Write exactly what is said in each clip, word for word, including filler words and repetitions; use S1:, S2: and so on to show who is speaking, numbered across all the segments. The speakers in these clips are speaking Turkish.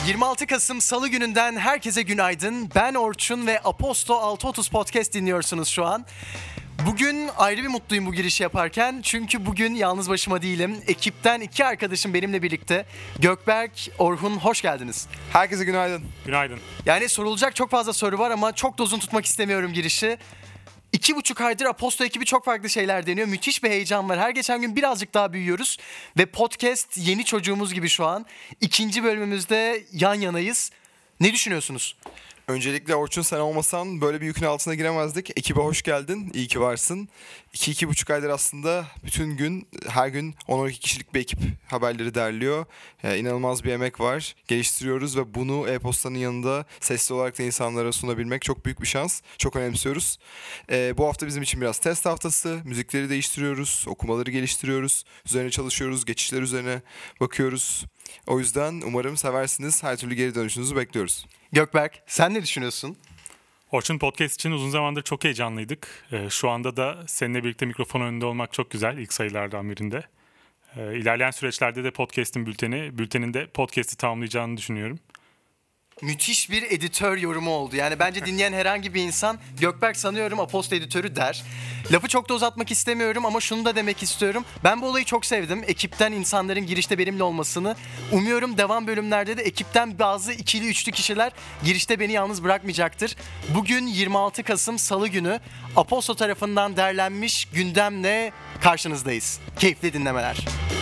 S1: yirmi altı Kasım Salı gününden herkese günaydın. Ben Orçun ve Aposto altı otuz Podcast dinliyorsunuz şu an. Bugün ayrı bir mutluyum bu girişi yaparken. Çünkü bugün yalnız başıma değilim. Ekipten iki arkadaşım benimle birlikte. Gökberk, Orhun, hoş geldiniz.
S2: Herkese günaydın.
S3: Günaydın.
S1: Yani sorulacak çok fazla soru var ama çok da uzun tutmak istemiyorum girişi. İki buçuk aydır Aposto ekibi çok farklı şeyler deniyor. Müthiş bir heyecan var. Her geçen gün birazcık daha büyüyoruz. Ve podcast yeni çocuğumuz gibi şu an. İkinci bölümümüzde yan yanayız. Ne düşünüyorsunuz?
S2: Öncelikle Orçun, sen olmasan böyle bir yükün altına giremezdik. Ekibe hoş geldin. İyi ki varsın. İki, iki buçuk aydır aslında bütün gün, her gün on on iki kişilik bir ekip haberleri derliyor. Ee, inanılmaz bir emek var. Geliştiriyoruz ve bunu e-postanın yanında sesli olarak da insanlara sunabilmek çok büyük bir şans. Çok önemsiyoruz. Ee, bu hafta bizim için biraz test haftası. Müzikleri değiştiriyoruz. Okumaları geliştiriyoruz. Üzerine çalışıyoruz. Geçişler üzerine bakıyoruz. O yüzden umarım seversiniz. Her türlü geri dönüşünüzü bekliyoruz.
S1: Gökberk, sen ne düşünüyorsun?
S3: Orçun Podcast için uzun zamandır çok heyecanlıydık. Ee, şu anda da seninle birlikte mikrofon önünde olmak çok güzel, ilk sayılardan birinde. Ee, ilerleyen süreçlerde de Podcast'in bülteni, bültenin de Podcast'i tamamlayacağını düşünüyorum.
S1: Müthiş bir editör yorumu oldu. Yani bence dinleyen herhangi bir insan Gökberk sanıyorum Aposto editörü der. Lafı çok da uzatmak istemiyorum ama şunu da demek istiyorum. Ben bu olayı çok sevdim. Ekipten insanların girişte benimle olmasını. Umuyorum devam bölümlerde de ekipten bazı ikili üçlü kişiler girişte beni yalnız bırakmayacaktır. Bugün yirmi altı Kasım Salı günü Aposto tarafından derlenmiş gündemle karşınızdayız. Keyifli dinlemeler.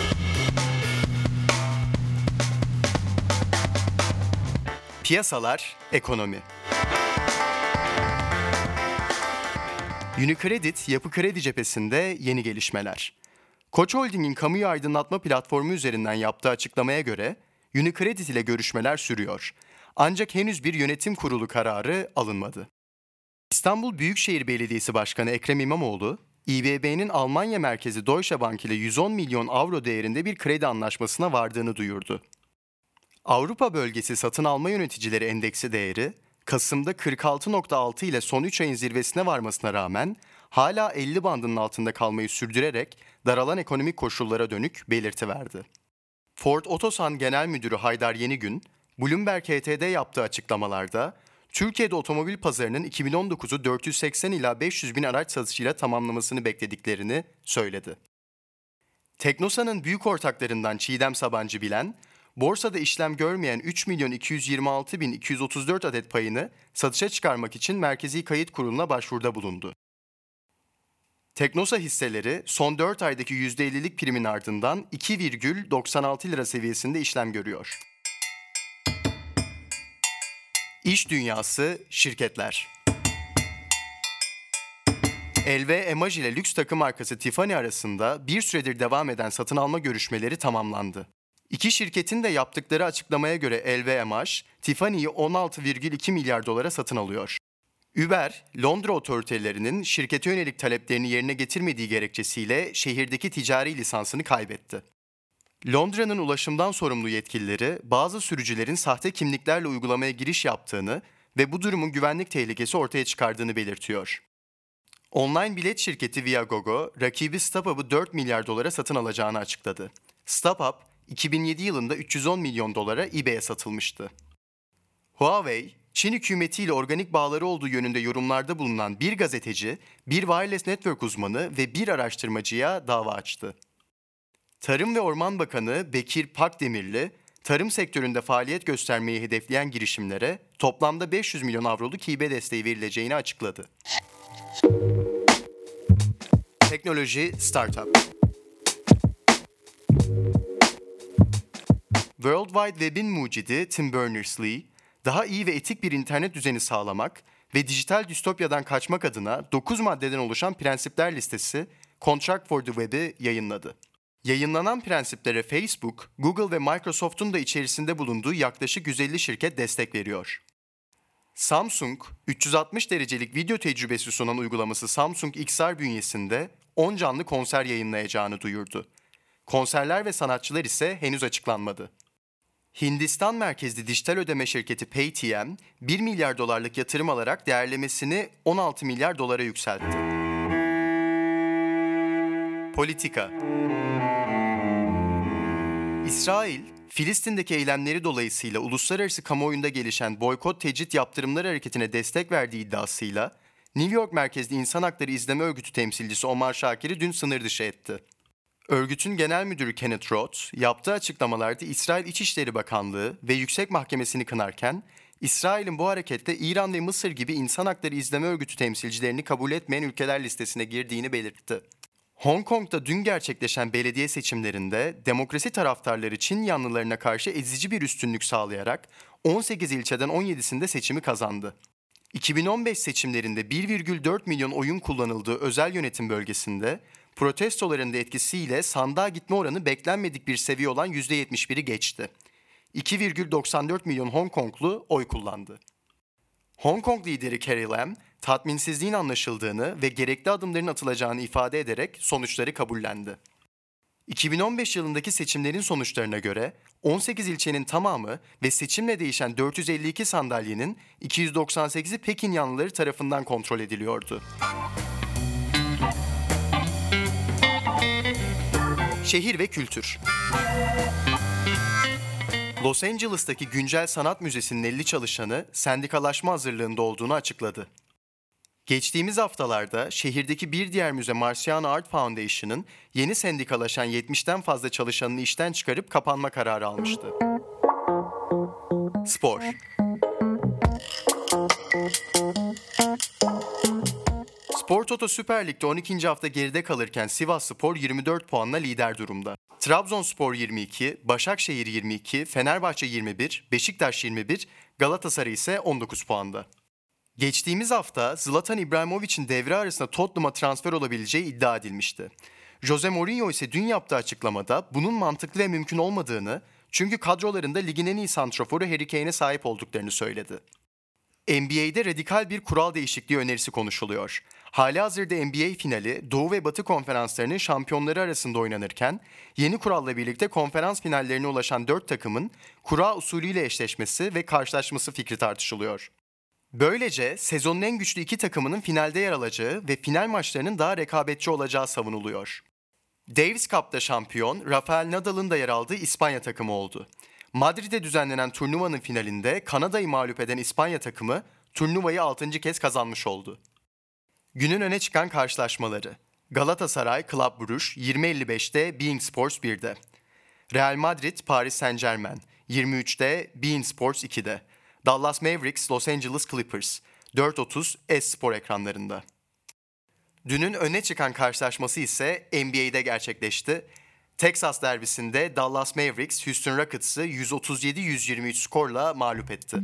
S1: Piyasalar, ekonomi. Unicredit, yapı kredi cephesinde yeni gelişmeler. Koç Holding'in kamuyu aydınlatma platformu üzerinden yaptığı açıklamaya göre Unicredit ile görüşmeler sürüyor. Ancak henüz bir yönetim kurulu kararı alınmadı. İstanbul Büyükşehir Belediyesi Başkanı Ekrem İmamoğlu, İ B B'nin Almanya merkezi Deutsche Bank ile yüz on milyon avro değerinde bir kredi anlaşmasına vardığını duyurdu. Avrupa Bölgesi Satın Alma Yöneticileri Endeksi değeri, Kasım'da kırk altı virgül altı ile son üç ayın zirvesine varmasına rağmen hala elli bandının altında kalmayı sürdürerek daralan ekonomik koşullara dönük belirti verdi. Ford Otosan Genel Müdürü Haydar Yenigün, Bloomberg H T'de yaptığı açıklamalarda, Türkiye'de otomobil pazarının iki bin on dokuzu dört yüz seksen ila beş yüz bin araç satışıyla tamamlamasını beklediklerini söyledi. Teknosa'nın büyük ortaklarından Çiğdem Sabancı Bilen, borsada işlem görmeyen üç milyon iki yüz yirmi altı bin iki yüz otuz dört adet payını satışa çıkarmak için Merkezi Kayıt Kurulu'na başvuruda bulundu. Teknosa hisseleri son dört aydaki yüzde ellilik primin ardından iki virgül doksan altı lira seviyesinde işlem görüyor. İş dünyası, şirketler. L V Mh ile lüks takım markası Tiffany arasında bir süredir devam eden satın alma görüşmeleri tamamlandı. İki şirketin de yaptıkları açıklamaya göre L V Mh, Tiffany'yi on altı virgül iki milyar dolara satın alıyor. Uber, Londra otoritelerinin şirkete yönelik taleplerini yerine getirmediği gerekçesiyle şehirdeki ticari lisansını kaybetti. Londra'nın ulaşımdan sorumlu yetkilileri, bazı sürücülerin sahte kimliklerle uygulamaya giriş yaptığını ve bu durumun güvenlik tehlikesi ortaya çıkardığını belirtiyor. Online bilet şirketi Viagogo, rakibi StubHub'ı dört milyar dolara satın alacağını açıkladı. StubHub, iki bin yedi yılında üç yüz on milyon dolara eBay'e satılmıştı. Huawei, Çin hükümetiyle organik bağları olduğu yönünde yorumlarda bulunan bir gazeteci, bir wireless network uzmanı ve bir araştırmacıya dava açtı. Tarım ve Orman Bakanı Bekir Pakdemirli, tarım sektöründe faaliyet göstermeyi hedefleyen girişimlere toplamda beş yüz milyon avroluk hibe desteği verileceğini açıkladı. Teknoloji, startup. World Wide Web'in mucidi Tim Berners-Lee, daha iyi ve etik bir internet düzeni sağlamak ve dijital distopyadan kaçmak adına dokuz maddeden oluşan prensipler listesi Contract for the Web'i yayınladı. Yayınlanan prensiplere Facebook, Google ve Microsoft'un da içerisinde bulunduğu yaklaşık yüz elli şirket destek veriyor. Samsung, üç yüz altmış derecelik video tecrübesi sunan uygulaması Samsung X R bünyesinde on canlı konser yayınlayacağını duyurdu. Konserler ve sanatçılar ise henüz açıklanmadı. Hindistan merkezli dijital ödeme şirketi Paytm, bir milyar dolarlık yatırım alarak değerlemesini on altı milyar dolara yükseltti. Politika. İsrail, Filistin'deki eylemleri dolayısıyla uluslararası kamuoyunda gelişen boykot tecrit yaptırımları hareketine destek verdiği iddiasıyla New York merkezli İnsan Hakları İzleme Örgütü temsilcisi Omar Şakir'i dün sınır dışı etti. Örgütün genel müdürü Kenneth Roth, yaptığı açıklamalarda İsrail İçişleri Bakanlığı ve Yüksek Mahkemesi'ni kınarken, İsrail'in bu harekette İran ve Mısır gibi İnsan Hakları İzleme Örgütü temsilcilerini kabul etmeyen ülkeler listesine girdiğini belirtti. Hong Kong'da dün gerçekleşen belediye seçimlerinde demokrasi taraftarları Çin yanlılarına karşı ezici bir üstünlük sağlayarak on sekiz ilçeden on yedisinde seçimi kazandı. iki bin on beş seçimlerinde bir virgül dört milyon oyun kullanıldığı özel yönetim bölgesinde protestoların da etkisiyle sandığa gitme oranı beklenmedik bir seviye olan yüzde yetmiş biri geçti. iki virgül doksan dört milyon Hong Konglu oy kullandı. Hong Kong lideri Carrie Lam, tatminsizliğin anlaşıldığını ve gerekli adımların atılacağını ifade ederek sonuçları kabullendi. iki bin on beş yılındaki seçimlerin sonuçlarına göre on sekiz ilçenin tamamı ve seçimle değişen dört yüz elli iki sandalyenin iki yüz doksan sekizi Pekin yanlıları tarafından kontrol ediliyordu. Şehir ve kültür. Los Angeles'taki Güncel Sanat Müzesi'nin elli çalışanı sendikalaşma hazırlığında olduğunu açıkladı. Geçtiğimiz haftalarda şehirdeki bir diğer müze Marciano Art Foundation'ın yeni sendikalaşan yetmişten fazla çalışanını işten çıkarıp kapanma kararı almıştı. Spor. Spor Toto Süper Lig'de on ikinci hafta geride kalırken Sivasspor yirmi dört puanla lider durumda. Trabzonspor yirmi iki, Başakşehir yirmi iki, Fenerbahçe yirmi bir, Beşiktaş yirmi bir, Galatasaray ise on dokuz puanda. Geçtiğimiz hafta Zlatan İbrahimovic'in devre arasında Tottenham'a transfer olabileceği iddia edilmişti. Jose Mourinho ise dün yaptığı açıklamada bunun mantıklı ve mümkün olmadığını, çünkü kadrolarında ligin en iyi santraforu Harry Kane'e sahip olduklarını söyledi. N B A'de radikal bir kural değişikliği önerisi konuşuluyor. Halihazırda N B A finali Doğu ve Batı konferanslarının şampiyonları arasında oynanırken, yeni kuralla birlikte konferans finallerine ulaşan dört takımın kura usulüyle eşleşmesi ve karşılaşması fikri tartışılıyor. Böylece sezonun en güçlü iki takımının finalde yer alacağı ve final maçlarının daha rekabetçi olacağı savunuluyor. Davis Cup'ta şampiyon Rafael Nadal'ın da yer aldığı İspanya takımı oldu. Madrid'de düzenlenen turnuvanın finalinde Kanada'yı mağlup eden İspanya takımı turnuvayı altıncı kez kazanmış oldu. Günün öne çıkan karşılaşmaları: Galatasaray Club Brugge yirmi elli beşte Bein Sports birde. Real Madrid Paris Saint-Germain yirmi üçte Bein Sports ikide. Dallas Mavericks Los Angeles Clippers dört otuz S-Spor ekranlarında. Dünün öne çıkan karşılaşması ise N B A'de gerçekleşti. Texas derbisinde Dallas Mavericks Houston Rockets'ı yüz otuz yedi yüz yirmi üç skorla mağlup etti.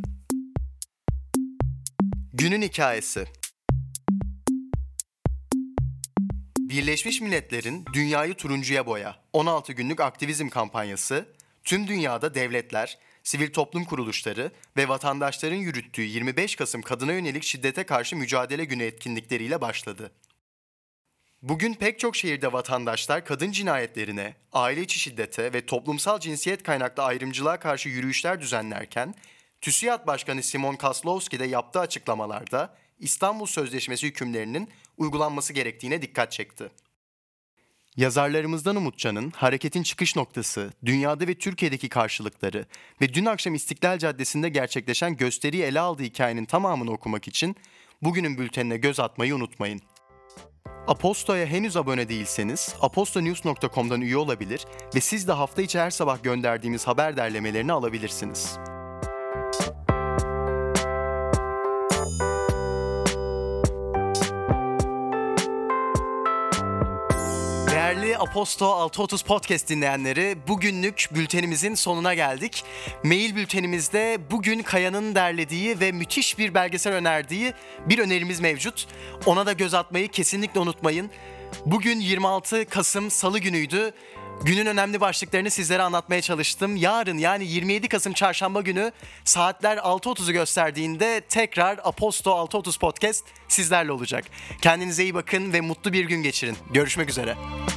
S1: Günün hikayesi. Birleşmiş Milletler'in Dünyayı Turuncuya Boya on altı günlük aktivizm kampanyası, tüm dünyada devletler, sivil toplum kuruluşları ve vatandaşların yürüttüğü yirmi beş Kasım Kadına Yönelik Şiddete Karşı Mücadele Günü etkinlikleriyle başladı. Bugün pek çok şehirde vatandaşlar kadın cinayetlerine, aile içi şiddete ve toplumsal cinsiyet kaynaklı ayrımcılığa karşı yürüyüşler düzenlerken, TÜSİAD Başkanı Simon Kaslowski de yaptığı açıklamalarda İstanbul Sözleşmesi hükümlerinin uygulanması gerektiğine dikkat çekti. Yazarlarımızdan Umutcan'ın hareketin çıkış noktası, dünyada ve Türkiye'deki karşılıkları ve dün akşam İstiklal Caddesi'nde gerçekleşen gösteriyi ele aldığı hikayenin tamamını okumak için bugünün bültenine göz atmayı unutmayın. Aposto'ya henüz abone değilseniz apostonews nokta com'dan üye olabilir ve siz de hafta içi her sabah gönderdiğimiz haber derlemelerini alabilirsiniz. Değerli Aposto altı otuz Podcast dinleyenleri, bugünlük bültenimizin sonuna geldik. Mail bültenimizde bugün Kaya'nın derlediği ve müthiş bir belgesel önerdiği bir önerimiz mevcut. Ona da göz atmayı kesinlikle unutmayın. Bugün yirmi altı Kasım Salı günüydü. Günün önemli başlıklarını sizlere anlatmaya çalıştım. Yarın, yani yirmi yedi Kasım Çarşamba günü saatler altı otuzu gösterdiğinde tekrar Aposto altı otuz Podcast sizlerle olacak. Kendinize iyi bakın ve mutlu bir gün geçirin. Görüşmek üzere.